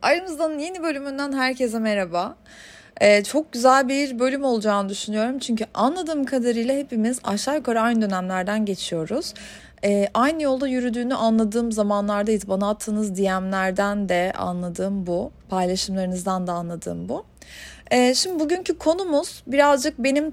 Aramızdan yeni bölümünden herkese merhaba. Çok güzel bir bölüm olacağını düşünüyorum. Çünkü anladığım kadarıyla hepimiz aşağı yukarı aynı dönemlerden geçiyoruz. Aynı yolda yürüdüğünü anladığım zamanlardayız. Bana attığınız DM'lerden de anladığım bu. Paylaşımlarınızdan da anladığım bu. Şimdi bugünkü konumuz birazcık benim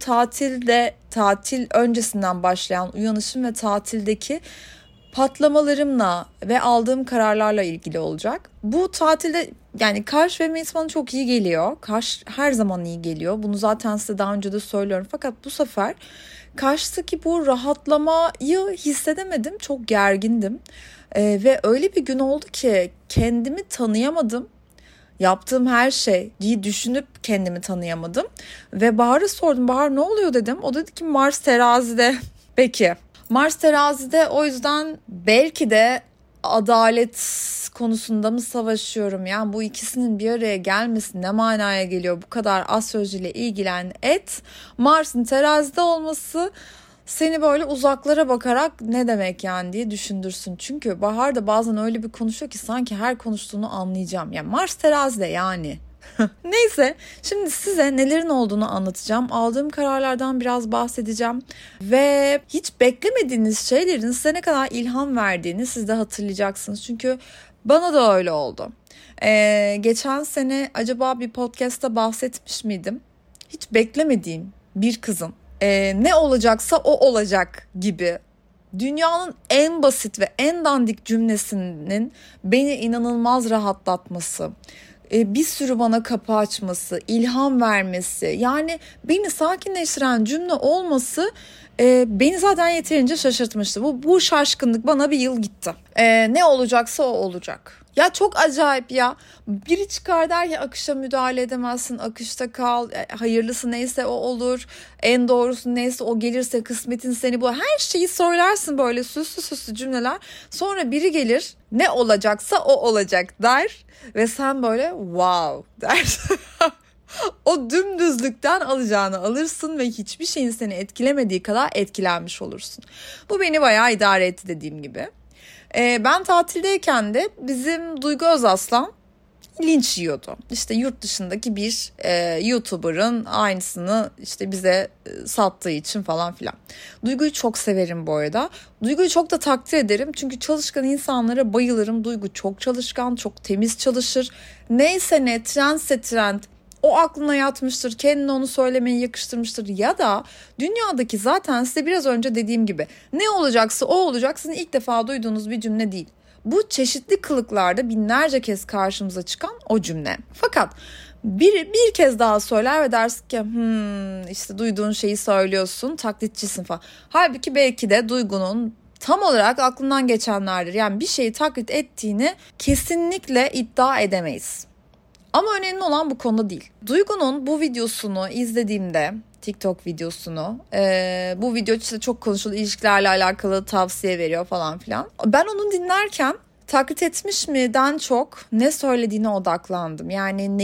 tatil öncesinden başlayan uyanışım ve tatildeki patlamalarımla ve aldığım kararlarla ilgili olacak. Bu tatilde yani Kaş ve Meis bana çok iyi geliyor. Kaş her zaman iyi geliyor. Bunu zaten size daha önce de söylüyorum. Fakat bu sefer Kaş'taki bu rahatlamayı hissedemedim. Çok gergindim. Ve öyle bir gün oldu ki kendimi tanıyamadım. Yaptığım her şeyi düşünüp kendimi tanıyamadım. Ve Bahar'a sordum. Bahar ne oluyor dedim. O dedi ki Mars terazide. Peki. Mars terazide, o yüzden belki de adalet konusunda mı savaşıyorum? Yani bu ikisinin bir araya gelmesi ne manaya geliyor? Bu kadar astrolojiyle ilgilen et. Mars'ın terazide olması seni böyle uzaklara bakarak ne demek yani diye düşündürsün. Çünkü Bahar da bazen öyle bir konuşuyor ki sanki her konuştuğunu anlayacağım. Yani Mars terazide yani. Neyse, şimdi size nelerin olduğunu anlatacağım. Aldığım kararlardan biraz bahsedeceğim. Ve hiç beklemediğiniz şeylerin size ne kadar ilham verdiğini siz de hatırlayacaksınız. Çünkü bana da öyle oldu. Geçen sene acaba bir podcast'ta bahsetmiş miydim? Hiç beklemediğim bir kızın ne olacaksa o olacak gibi. Dünyanın en basit ve en dandik cümlesinin beni inanılmaz rahatlatması, bir sürü bana kapı açması, ilham vermesi, yani beni sakinleştiren cümle olması beni zaten yeterince şaşırtmıştı. Bu şaşkınlık bana bir yıl gitti. Ne olacaksa o olacak. Ya çok acayip ya. Biri çıkar der ki akışa müdahale edemezsin, akışta kal, hayırlısı neyse o olur, en doğrusu neyse o gelirse kısmetin seni bu. Her şeyi söylersin böyle süslü cümleler. Sonra biri gelir ne olacaksa o olacak der ve sen böyle wow dersin. O dümdüzlükten alacağını alırsın ve hiçbir şeyin seni etkilemediği kadar etkilenmiş olursun. Bu beni bayağı idare etti dediğim gibi. Ben tatildeyken de bizim Duygu Özaslan linç yiyordu. İşte yurt dışındaki bir YouTuber'ın aynısını işte bize sattığı için falan filan. Duygu'yu çok severim bu arada. Duygu'yu çok da takdir ederim. Çünkü çalışkan insanlara bayılırım. Duygu çok çalışkan, çok temiz çalışır. Neyse ne, trendse trend. O aklına yatmıştır, kendine onu söylemeyi yakıştırmıştır ya da dünyadaki zaten size biraz önce dediğim gibi ne olacaksa o olacak, sizin ilk defa duyduğunuz bir cümle değil. Bu çeşitli kılıklarda binlerce kez karşımıza çıkan o cümle. Fakat bir kez daha söyler ve dersin ki işte duyduğun şeyi söylüyorsun, taklitçisin falan. Halbuki belki de Duygu'nun tam olarak aklından geçenlerdir. Yani bir şeyi taklit ettiğini kesinlikle iddia edemeyiz. Ama önemli olan bu konuda değil. Duygu'nun bu videosunu izlediğimde, TikTok videosunu, bu video işte çok konuşuldu, ilişkilerle alakalı tavsiye veriyor falan filan. Ben onu dinlerken taklit etmiş mi'den çok ne söylediğine odaklandım. Yani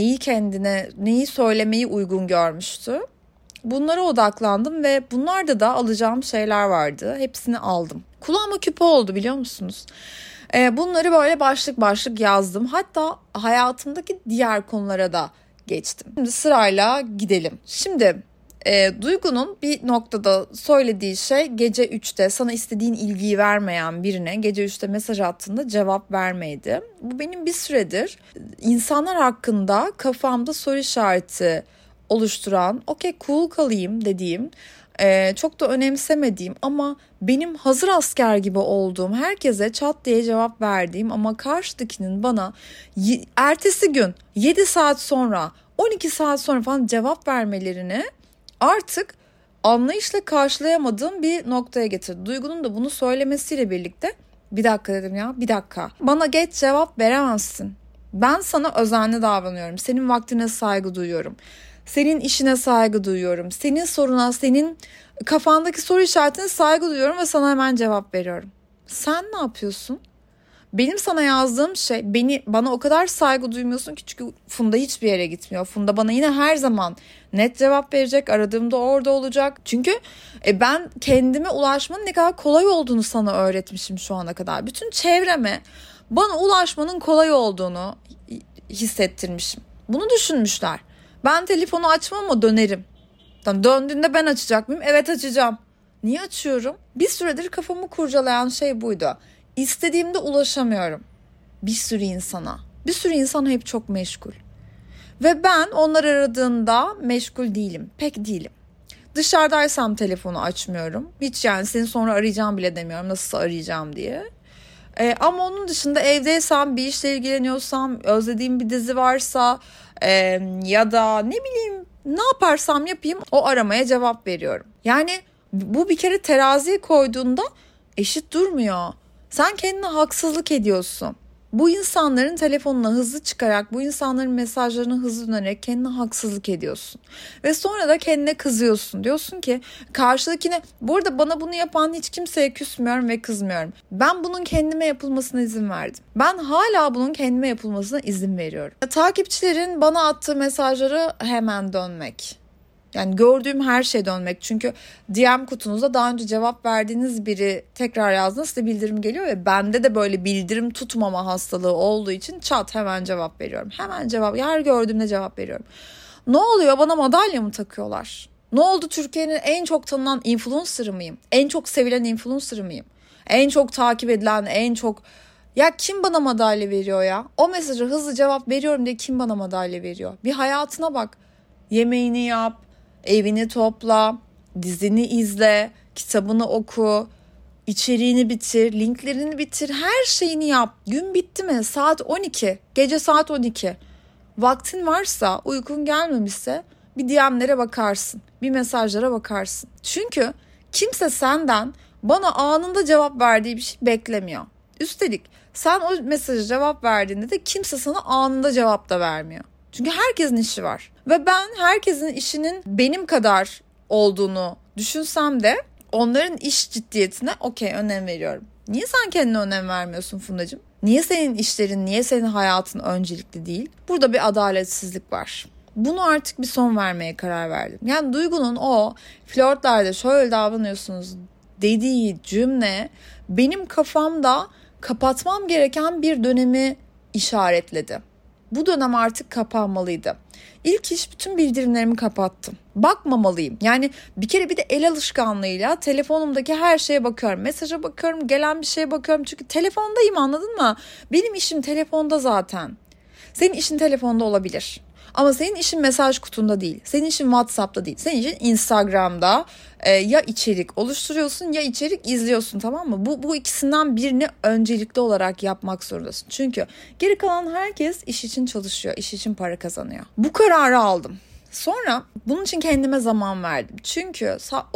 neyi söylemeyi uygun görmüştü. Bunlara odaklandım ve bunlarda da alacağım şeyler vardı. Hepsini aldım. Kulağıma küpe oldu, biliyor musunuz? Bunları böyle başlık başlık yazdım. Hatta hayatımdaki diğer konulara da geçtim. Şimdi sırayla gidelim. Şimdi Duygu'nun bir noktada söylediği şey, gece 3'te sana istediğin ilgiyi vermeyen birine gece 3'te mesaj attığında cevap vermeydi. Bu benim bir süredir insanlar hakkında kafamda soru işareti oluşturan, okey cool kalayım dediğim, çok da önemsemediğim ama benim hazır asker gibi olduğum herkese çat diye cevap verdiğim ama karşıdakinin bana ertesi gün 7 saat sonra 12 saat sonra falan cevap vermelerini artık anlayışla karşılayamadığım bir noktaya getirdi. Duygu'nun da bunu söylemesiyle birlikte bir dakika dedim ya, bir dakika. Bana geç cevap veremezsin. Ben sana özenli davranıyorum. Senin vaktine saygı duyuyorum. Senin işine saygı duyuyorum. Senin soruna, senin kafandaki soru işaretine saygı duyuyorum ve sana hemen cevap veriyorum. Sen ne yapıyorsun? Benim sana yazdığım şey, bana o kadar saygı duymuyorsun ki, çünkü Funda hiçbir yere gitmiyor. Funda bana yine her zaman net cevap verecek, aradığımda orada olacak. Çünkü ben kendime ulaşmanın ne kadar kolay olduğunu sana öğretmişim şu ana kadar. Bütün çevreme bana ulaşmanın kolay olduğunu, hissettirmişim. Bunu düşünmüşler. Ben telefonu açmam ama dönerim. Tamam, döndüğünde ben açacak mıyım? Evet, açacağım. Niye açıyorum? Bir süredir kafamı kurcalayan şey buydu. İstediğimde ulaşamıyorum bir sürü insana. Bir sürü insan hep çok meşgul. Ve ben onlar aradığında meşgul değilim. Pek değilim. Dışarıdaysam telefonu açmıyorum. Hiç yani seni sonra arayacağım bile demiyorum. Nasılsa arayacağım diye. Ama onun dışında evdeysem, bir işle ilgileniyorsam, özlediğim bir dizi varsa ya da ne bileyim ne yaparsam yapayım o aramaya cevap veriyorum. Yani bu bir kere teraziye koyduğunda eşit durmuyor. Sen kendine haksızlık ediyorsun. Bu insanların telefonuna hızlı çıkarak, bu insanların mesajlarına hızlı dönerek kendine haksızlık ediyorsun. Ve sonra da kendine kızıyorsun. Diyorsun ki karşıdakine, bu arada bana bunu yapan hiç kimseye küsmüyorum ve kızmıyorum. Ben bunun kendime yapılmasına izin verdim. Ben hala bunun kendime yapılmasına izin veriyorum. Takipçilerin bana attığı mesajları hemen dönmek. Yani gördüğüm her şeye dönmek. Çünkü DM kutunuzda daha önce cevap verdiğiniz biri tekrar yazdığında size bildirim geliyor ve bende de böyle bildirim tutmama hastalığı olduğu için çat hemen cevap veriyorum. Hemen cevap, her gördüğümde cevap veriyorum. Ne oluyor, bana madalya mı takıyorlar? Ne oldu, Türkiye'nin en çok tanınan influencer'ı mıyım? En çok sevilen influencer'ı mıyım? En çok takip edilen, en çok... Ya kim bana madalya veriyor ya? O mesajı hızlı cevap veriyorum diye kim bana madalya veriyor? Bir hayatına bak. Yemeğini yap. Evini topla, dizini izle, kitabını oku, içeriğini bitir, linklerini bitir, her şeyini yap. Gün bitti mi? Saat 12, gece saat 12. Vaktin varsa, uykun gelmemişse bir DM'lere bakarsın, bir mesajlara bakarsın. Çünkü kimse senden bana anında cevap verdiği bir şey beklemiyor. Üstelik sen o mesaja cevap verdiğinde de kimse sana anında cevap da vermiyor. Çünkü herkesin işi var. Ve ben herkesin işinin benim kadar olduğunu düşünsem de onların iş ciddiyetine önem veriyorum. Niye sen kendine önem vermiyorsun Fundacığım? Niye senin işlerin, niye senin hayatın öncelikli değil? Burada bir adaletsizlik var. Bunu artık bir son vermeye karar verdim. Yani Duygu'nun o flörtlerde şöyle davranıyorsunuz dediği cümle benim kafamda kapatmam gereken bir dönemi işaretledi. Bu dönem artık kapanmalıydı. İlk iş, bütün bildirimlerimi kapattım. Bakmamalıyım. Yani bir kere bir de el alışkanlığıyla telefonumdaki her şeye bakıyorum. Mesaja bakıyorum, gelen bir şeye bakıyorum. Çünkü telefondayım, anladın mı? Benim işim telefonda zaten. Senin işin telefonda olabilir. Ama senin işin mesaj kutunda değil. Senin işin WhatsApp'ta değil. Senin işin Instagram'da ya içerik oluşturuyorsun ya içerik izliyorsun, tamam mı? Bu ikisinden birini öncelikli olarak yapmak zorundasın. Çünkü geri kalan herkes iş için çalışıyor, iş için para kazanıyor. Bu kararı aldım. Sonra bunun için kendime zaman verdim. Çünkü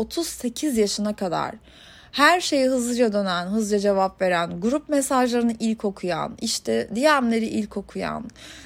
38 yaşına kadar her şeye hızlıca dönen, hızlıca cevap veren, grup mesajlarını ilk okuyan, işte DM'leri ilk okuyan,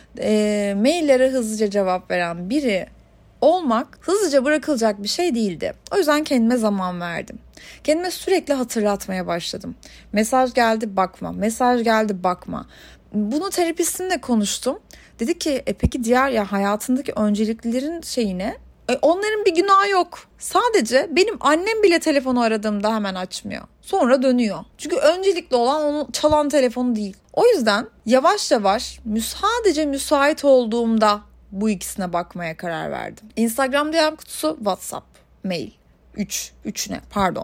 maillere hızlıca cevap veren biri olmak hızlıca bırakılacak bir şey değildi. O yüzden kendime zaman verdim. Kendime sürekli hatırlatmaya başladım. Mesaj geldi bakma, mesaj geldi bakma. Bunu terapistimle konuştum. Dedi ki peki diğer hayatındaki önceliklerin şeyine? Onların bir günahı yok. Sadece benim annem bile telefonu aradığımda hemen açmıyor. Sonra dönüyor. Çünkü öncelikli olan onun çalan telefonu değil. O yüzden yavaş yavaş sadece müsait olduğumda bu ikisine bakmaya karar verdim. Instagram DM kutusu, WhatsApp, mail. 3 ne? Pardon.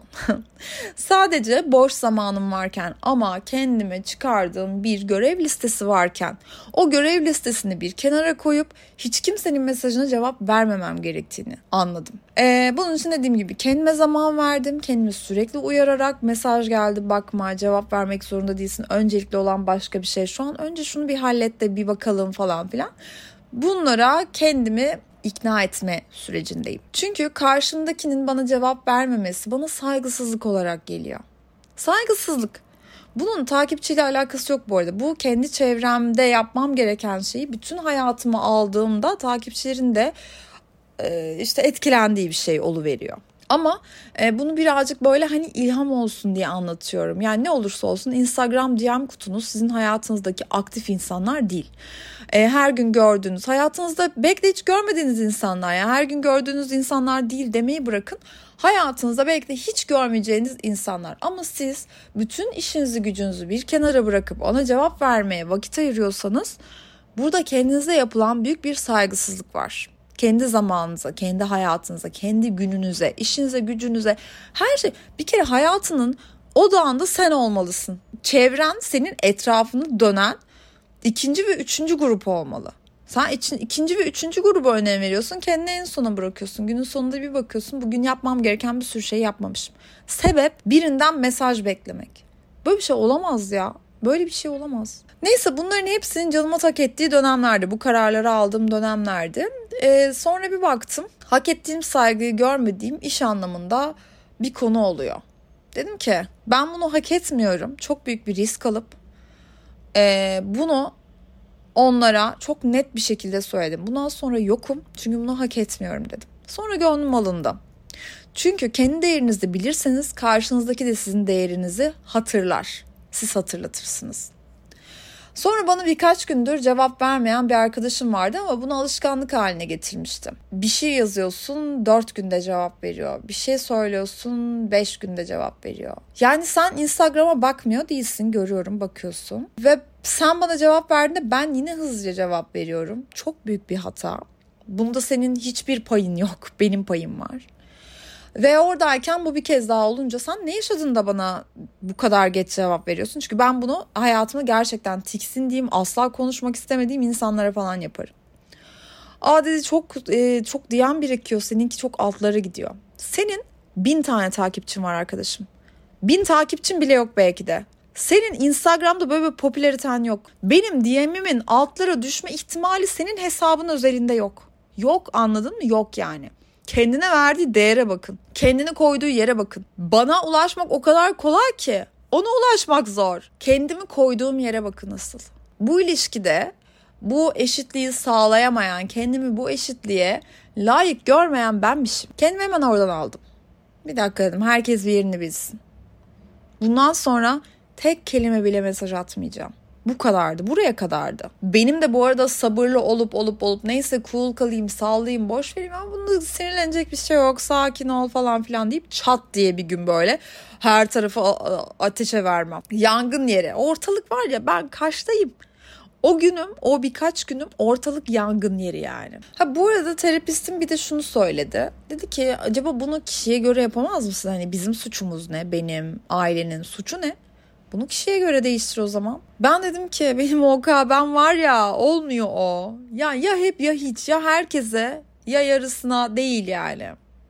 Sadece boş zamanım varken ama kendime çıkardığım bir görev listesi varken o görev listesini bir kenara koyup hiç kimsenin mesajına cevap vermemem gerektiğini anladım. Bunun için dediğim gibi kendime zaman verdim. Kendimi sürekli uyararak mesaj geldi bakma, cevap vermek zorunda değilsin. Öncelikli olan başka bir şey. Şu an önce şunu bir hallet de bir bakalım falan filan. Bunlara kendimi ikna etme sürecindeyim. Çünkü karşımdakinin bana cevap vermemesi bana saygısızlık olarak geliyor. Saygısızlık. Bunun takipçiyle alakası yok bu arada. Bu kendi çevremde yapmam gereken şeyi bütün hayatıma aldığımda takipçilerin de işte etkilendiği bir şey oluveriyor. Ama bunu birazcık böyle hani ilham olsun diye anlatıyorum. Yani ne olursa olsun Instagram DM kutunuz sizin hayatınızdaki aktif insanlar değil. Her gün gördüğünüz, hayatınızda belki de hiç görmediğiniz insanlar, yani her gün gördüğünüz insanlar değil demeyi bırakın. Hayatınızda belki de hiç görmeyeceğiniz insanlar. Ama siz bütün işinizi gücünüzü bir kenara bırakıp ona cevap vermeye vakit ayırıyorsanız Burada kendinize yapılan büyük bir saygısızlık var. Kendi zamanınıza, kendi hayatınıza, kendi gününüze, işinize, gücünüze, her şey. Bir kere hayatının odağında sen olmalısın. Çevren senin etrafını dönen ikinci ve üçüncü grup olmalı. Sen ikinci ve üçüncü gruba önem veriyorsun. Kendini en sona bırakıyorsun. Günün sonunda bir bakıyorsun. Bugün yapmam gereken bir sürü şey yapmamışım. Sebep birinden mesaj beklemek. Böyle bir şey olamaz ya. Böyle bir şey olamaz. Neyse, bunların hepsinin canıma tak ettiği dönemlerdi. Bu kararları aldığım dönemlerdi. Sonra bir baktım. Hak ettiğim saygıyı görmediğim iş anlamında bir konu oluyor. Dedim ki ben bunu hak etmiyorum. Çok büyük bir risk alıp bunu onlara çok net bir şekilde söyledim. Bundan sonra yokum çünkü bunu hak etmiyorum dedim. Sonra gönlüm alındı. Çünkü kendi değerinizi bilirseniz karşınızdaki de sizin değerinizi hatırlar. Siz hatırlatırsınız. Sonra bana birkaç gündür cevap vermeyen bir arkadaşım vardı ama bunu alışkanlık haline getirmiştim. Bir şey yazıyorsun 4 günde cevap veriyor. Bir şey söylüyorsun 5 günde cevap veriyor. Yani sen Instagram'a bakmıyor değilsin, görüyorum, bakıyorsun. Ve sen bana cevap verdiğinde ben yine hızlıca cevap veriyorum. Çok büyük bir hata. Bunda senin hiçbir payın yok, benim payım var. Ve oradayken bu bir kez daha olunca sen ne yaşadın da bana bu kadar geç cevap veriyorsun? Çünkü ben bunu hayatımda gerçekten tiksindiğim, asla konuşmak istemediğim insanlara falan yaparım. Dedi çok diyen birikiyor, seninki çok altlara gidiyor. Senin 1000 tane takipçin var arkadaşım. 1000 takipçin bile yok belki de. Senin Instagram'da böyle bir popülariten yok. Benim DM'imin altlara düşme ihtimali senin hesabın özelinde yok. Yok, anladın mı? Yok yani. Kendine verdiği değere bakın. Kendini koyduğu yere bakın. Bana ulaşmak o kadar kolay ki ona ulaşmak zor. Kendimi koyduğum yere bakın asıl. Bu ilişkide bu eşitliği sağlayamayan, kendimi bu eşitliğe layık görmeyen benmişim. Kendimi hemen oradan aldım. Bir dakika dedim, herkes bir yerini bilsin. Bundan sonra tek kelime bile mesaj atmayacağım. Bu kadardı, buraya kadardı. Benim de bu arada sabırlı olup neyse cool kalayım, sallayayım, boş vereyim ama bunda sinirlenecek bir şey yok, sakin ol falan filan deyip çat diye bir gün böyle her tarafı ateşe vermem. Yangın yeri, ortalık var ya, ben Kaş'tayım. O birkaç günüm ortalık yangın yeri yani. Bu arada terapistim bir de şunu söyledi. Dedi ki acaba bunu kişiye göre yapamaz mısın? Hani bizim suçumuz ne? Benim, ailenin suçu ne? Bunu kişiye göre değiştir o zaman. Ben dedim ki benim OKB'm var ya, olmuyor o. Ya hep ya hiç, ya herkese ya yarısına değil yani.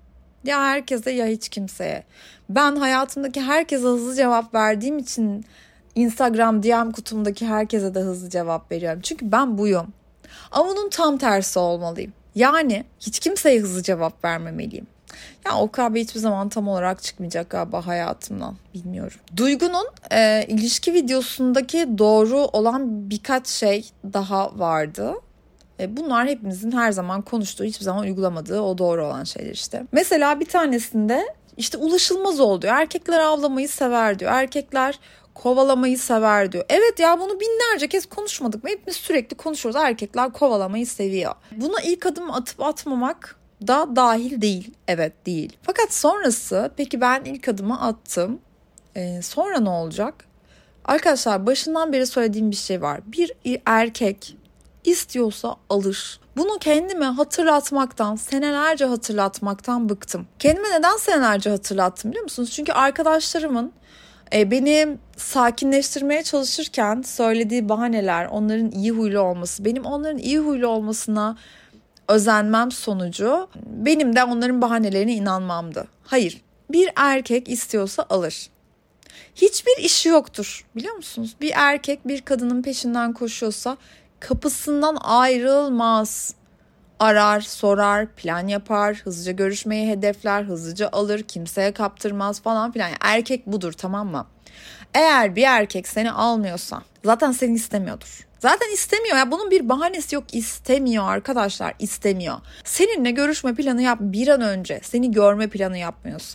Ya herkese ya hiç kimseye. Ben hayatımdaki herkese hızlı cevap verdiğim için Instagram DM kutumdaki herkese de hızlı cevap veriyorum. Çünkü ben buyum. Ama bunun tam tersi olmalıyım. Yani hiç kimseye hızlı cevap vermemeliyim. Ya OKB hiçbir zaman tam olarak çıkmayacak galiba hayatımdan. Bilmiyorum. Duygu'nun ilişki videosundaki doğru olan birkaç şey daha vardı. Bunlar hepimizin her zaman konuştuğu, hiçbir zaman uygulamadığı o doğru olan şeyler işte. Mesela bir tanesinde işte ulaşılmaz ol diyor. Erkekler avlamayı sever diyor. Erkekler kovalamayı sever diyor. Evet ya, bunu binlerce kez konuşmadık mı? Hepimiz sürekli konuşuyoruz. Erkekler kovalamayı seviyor. Buna ilk adım atıp atmamak da dahil değil. Evet, değil. Fakat sonrası, peki ben ilk adımı attım. Sonra ne olacak? Arkadaşlar, başından beri söylediğim bir şey var. Bir erkek istiyorsa alır. Bunu kendime hatırlatmaktan, senelerce hatırlatmaktan bıktım. Kendime neden senelerce hatırlattım biliyor musunuz? Çünkü arkadaşlarımın beni sakinleştirmeye çalışırken söylediği bahaneler, onların iyi huylu olması, benim onların iyi huylu olmasına özenmem sonucu benim de onların bahanelerine inanmamdı. Hayır, bir erkek istiyorsa alır. Hiçbir işi yoktur biliyor musunuz? Bir erkek bir kadının peşinden koşuyorsa kapısından ayrılmaz. Arar, sorar, plan yapar, hızlıca görüşmeyi hedefler, hızlıca alır, kimseye kaptırmaz falan filan. Yani erkek budur, tamam mı? Eğer bir erkek seni almıyorsa zaten seni istemiyordur. Zaten istemiyor ya, bunun bir bahanesi yok, istemiyor arkadaşlar, istemiyor. Seninle görüşme planı yap bir an önce, seni görme planı yapmıyorsa.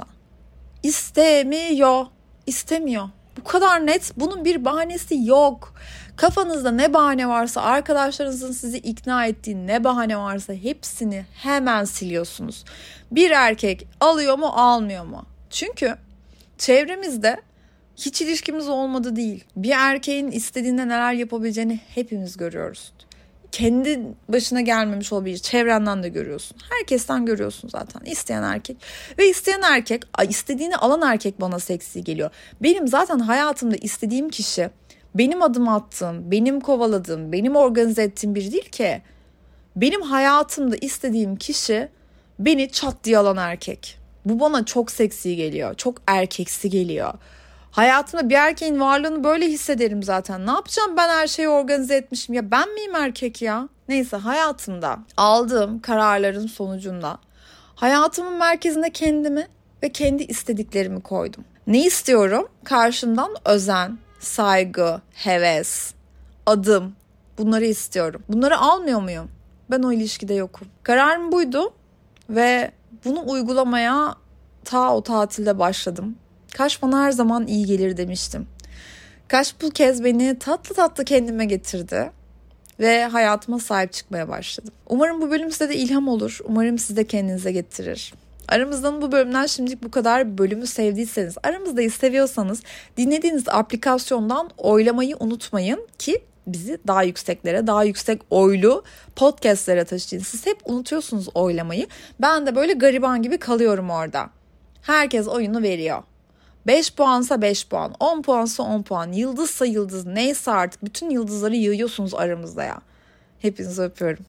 İstemiyor. Bu kadar net, bunun bir bahanesi yok. Kafanızda ne bahane varsa, arkadaşlarınızın sizi ikna ettiği ne bahane varsa hepsini hemen siliyorsunuz. Bir erkek alıyor mu, almıyor mu? Çünkü çevremizde hiç ilişkimiz olmadı değil. Bir erkeğin istediğinde neler yapabileceğini hepimiz görüyoruz. kendi başına gelmemiş olabilir. Çevrenden de görüyorsun. Herkesten görüyorsun zaten. İsteyen erkek. Ve isteyen erkek, istediğini alan erkek bana seksi geliyor. Benim zaten hayatımda istediğim kişi benim adım attığım, benim kovaladığım, benim organize ettiğim biri değil ki. Benim hayatımda istediğim kişi beni çat diye alan erkek. Bu bana çok seksi geliyor. Çok erkeksi geliyor. Hayatımda bir erkeğin varlığını böyle hissederim zaten. Ne yapacağım, ben her şeyi organize etmişim. Ya ben miyim erkek ya? Neyse, hayatımda aldığım kararların sonucunda hayatımın merkezine kendimi ve kendi istediklerimi koydum. Ne istiyorum? Karşımdan özen, saygı, heves, adım, bunları istiyorum. Bunları almıyor muyum? Ben o ilişkide yokum. Kararım buydu ve bunu uygulamaya o tatilde başladım. Kaş bana her zaman iyi gelir demiştim. Kaş bu kez beni tatlı tatlı kendime getirdi ve hayatıma sahip çıkmaya başladım. Umarım bu bölüm size de ilham olur. Umarım siz de kendinize getirir. Aramızdan bu bölümden şimdilik bu kadar. Bölümü sevdiyseniz, aramızdayı seviyorsanız dinlediğiniz aplikasyondan oylamayı unutmayın ki bizi daha yükseklere, daha yüksek oylu podcastlere taşıyın. Siz hep unutuyorsunuz oylamayı. Ben de böyle gariban gibi kalıyorum orada. Herkes oyunu veriyor. 5 puansa 5 puan, 10 puansa 10 puan, yıldızsa yıldız, neyse artık bütün yıldızları yığıyorsunuz aramızda ya. Hepinizi öpüyorum.